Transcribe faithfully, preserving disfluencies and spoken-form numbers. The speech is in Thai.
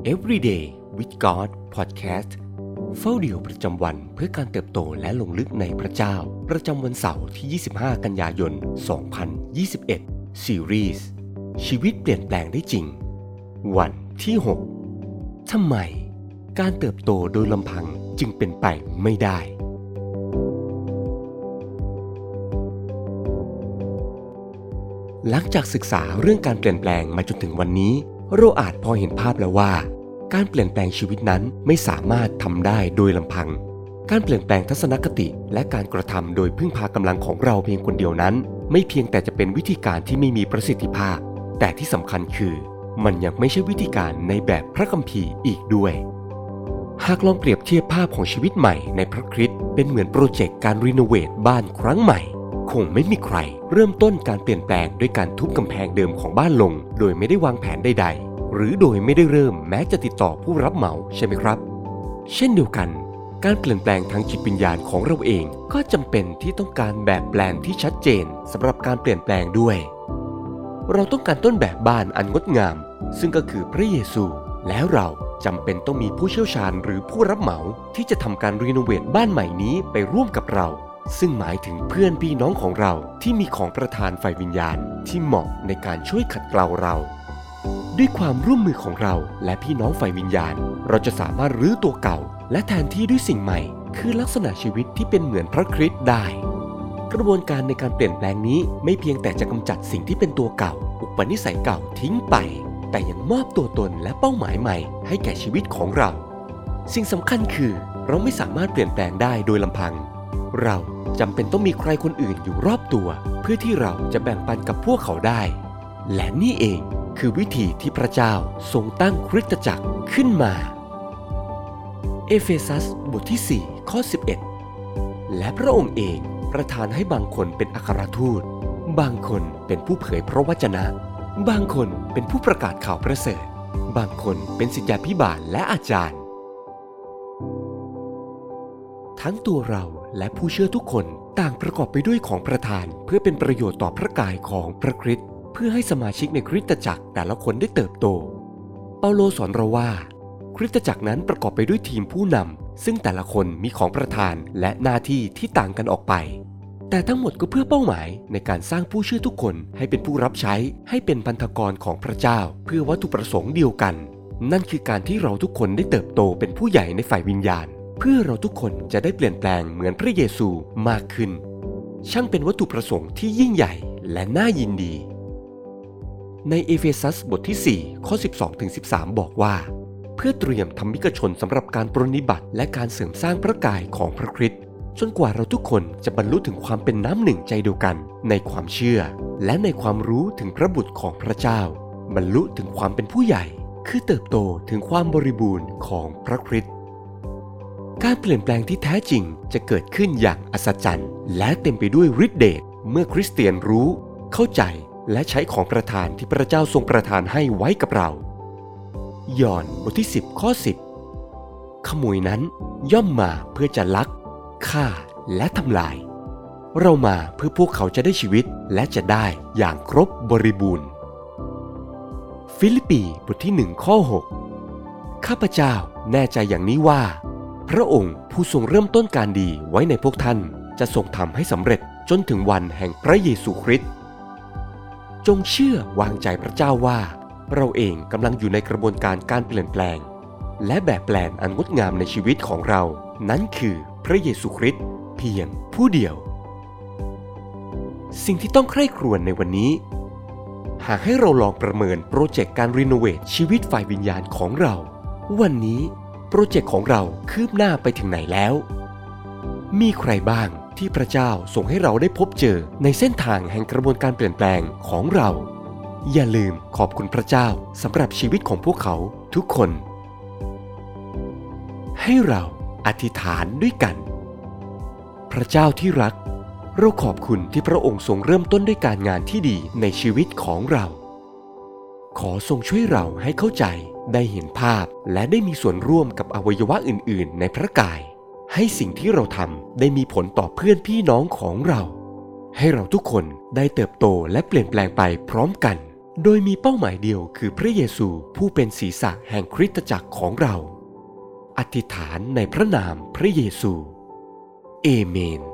Everyday with God Podcast เฝ้าเดี่ยวประจำวันเพื่อการเติบโตและลงลึกในพระเจ้าประจำวันเสาร์ที่ยี่สิบห้ากันยายนสองพันยี่สิบเอ็ดซีรีส์ชีวิตเปลี่ยนแปลงได้จริงวันที่หกทำไมการเติบโตโดยลำพังจึงเป็นไปไม่ได้หลังจากศึกษาเรื่องการเปลี่ยนแปลงมาจนถึงวันนี้เราอาจพอเห็นภาพแล้วว่าการเปลี่ยนแปลงชีวิตนั้นไม่สามารถทำได้โดยลำพังการเปลี่ยนแปลงทัศนคติและการกระทำโดยพึ่งพากำลังของเราเพียงคนเดียวนั้นไม่เพียงแต่จะเป็นวิธีการที่ไม่มีประสิทธิภาพแต่ที่สำคัญคือมันยังไม่ใช่วิธีการในแบบพระคัมภีร์อีกด้วยหากลองเปรียบเทียบภาพของชีวิตใหม่ในพระคริสต์เป็นเหมือนโปรเจกต์การรีโนเวทบ้านครั้งใหม่คงไม่มีใครเริ่มต้นการเปลี่ยนแปลงด้วยการทุบกำแพงเดิมของบ้านลงโดยไม่ได้วางแผนใดๆหรือโดยไม่ได้เริ่มแม้จะติดต่อผู้รับเหมาใช่ไหมครับเช่นเดียวกันการเปลี่ยนแปลงทางจิตวิญญาณของเราเองก็จำเป็นที่ต้องการแบบแปลนที่ชัดเจนสำหรับการเปลี่ยนแปลงด้วยเราต้องการต้นแบบบ้านอันงดงามซึ่งก็คือพระเยซูแล้วเราจำเป็นต้องมีผู้เชี่ยวชาญหรือผู้รับเหมาที่จะทำการรีโนเวทบ้านใหม่นี้ไปร่วมกับเราซึ่งหมายถึงเพื่อนพี่น้องของเราที่มีของประทานฝ่ายวิญญาณที่เหมาะในการช่วยขัดเกลาเราด้วยความร่วมมือของเราและพี่น้องฝ่ายวิญญาณเราจะสามารถรื้อตัวเก่าและแทนที่ด้วยสิ่งใหม่คือลักษณะชีวิตที่เป็นเหมือนพระคริสต์ได้กระบวนการในการเปลี่ยนแปลงนี้ไม่เพียงแต่จะกำจัดสิ่งที่เป็นตัวเก่าอุปนิสัยเก่าทิ้งไปแต่ยังมอบตัวตนและเป้าหมายใหม่ให้แก่ชีวิตของเราสิ่งสำคัญคือเราไม่สามารถเปลี่ยนแปลงได้โดยลำพังเราจำเป็นต้องมีใครคนอื่นอยู่รอบตัวเพื่อที่เราจะแบ่งปันกับพวกเขาได้และนี่เองคือวิธีที่พระเจ้าทรงตั้งคริสตจักรขึ้นมาเอเฟซัสบทที่สี่ข้อสิบเอ็ดและพระองค์เองประทานให้บางคนเป็นอัครทูตบางคนเป็นผู้เผยพระวจนะบางคนเป็นผู้ประกาศข่าวประเสริฐบางคนเป็นศิษยาภิบาลและอาจารย์ทั้งตัวเราและผู้เชื่อทุกคนต่างประกอบไปด้วยของประทานเพื่อเป็นประโยชน์ต่อพระกายของพระคริสต์เพื่อให้สมาชิกในคริสตจักรแต่ละคนได้เติบโตเปาโลสอนเราว่าคริสตจักรนั้นประกอบไปด้วยทีมผู้นำซึ่งแต่ละคนมีของประทานและหน้าที่ที่ต่างกันออกไปแต่ทั้งหมดก็เพื่อเป้าหมายในการสร้างผู้เชื่อทุกคนให้เป็นผู้รับใช้ให้เป็นพันธกรของพระเจ้าเพื่อวัตถุประสงค์เดียวกันนั่นคือการที่เราทุกคนได้เติบโตเป็นผู้ใหญ่ในฝ่ายวิญญาณเพื่อเราทุกคนจะได้เปลี่ยนแปลงเหมือนพระเยซูมากขึ้นช่างเป็นวัตถุประสงค์ที่ยิ่งใหญ่และน่ายินดีในเอเฟซัสบทที่สี่ข้อสิบสองถึงสิบสามบอกว่าเพื่อเตรียมธรรมิกชนสำหรับการปรนนิบัติและการเสริมสร้างพระกายของพระคริสต์จนกว่าเราทุกคนจะบรรลุถึงความเป็นน้ำหนึ่งใจเดียวกันในความเชื่อและในความรู้ถึงพระบุตรของพระเจ้าบรรลุถึงความเป็นผู้ใหญ่คือเติบโตถึงความบริบูรณ์ของพระคริสต์การเปลี่ยนแปลงที่แท้จริงจะเกิดขึ้นอย่างอัศจรรย์และเต็มไปด้วยฤทธิเดชเมื่อคริสเตียนรู้เข้าใจและใช้ของประทานที่พระเจ้าทรงประทานให้ไว้กับเรายอห์นบทที่สิบข้อสิบขโมยนั้นย่อมมาเพื่อจะลักฆ่าและทำลายเรามาเพื่อพวกเขาจะได้ชีวิตและจะได้อย่างครบบริบูรณ์ฟิลิปปีบทที่หนึ่งข้อหกข้าพเจ้าแน่ใจอย่างนี้ว่าพระองค์ผู้ทรงเริ่มต้นการดีไว้ในพวกท่านจะทรงทำให้สำเร็จจนถึงวันแห่งพระเยซูคริสต์จงเชื่อวางใจพระเจ้าว่าเราเองกำลังอยู่ในกระบวนการการเปลี่ยนแปลงและแบบแปลนอันงดงามในชีวิตของเรานั้นคือพระเยซูคริสต์เพียงผู้เดียวสิ่งที่ต้องใคร่ครวญในวันนี้หากให้เราลองประเมินโปรเจกต์การรีโนเวทชีวิตฝ่ายวิญญาณของเราวันนี้โปรเจกต์ของเราคืบหน้าไปถึงไหนแล้วมีใครบ้างที่พระเจ้าส่งให้เราได้พบเจอในเส้นทางแห่งกระบวนการเปลี่ยนแปลงของเราอย่าลืมขอบคุณพระเจ้าสำหรับชีวิตของพวกเขาทุกคนให้เราอธิษฐานด้วยกันพระเจ้าที่รักเราขอบคุณที่พระองค์ทรงเริ่มต้นด้วยการงานที่ดีในชีวิตของเราขอทรงช่วยเราให้เข้าใจได้เห็นภาพและได้มีส่วนร่วมกับอวัยวะอื่นๆในพระกายให้สิ่งที่เราทำได้มีผลต่อเพื่อนพี่น้องของเราให้เราทุกคนได้เติบโตและเปลี่ยนแปลงไปพร้อมกันโดยมีเป้าหมายเดียวคือพระเยซูผู้เป็นศีรษะแห่งคริสตจักรของเราอธิษฐานในพระนามพระเยซูเอเมน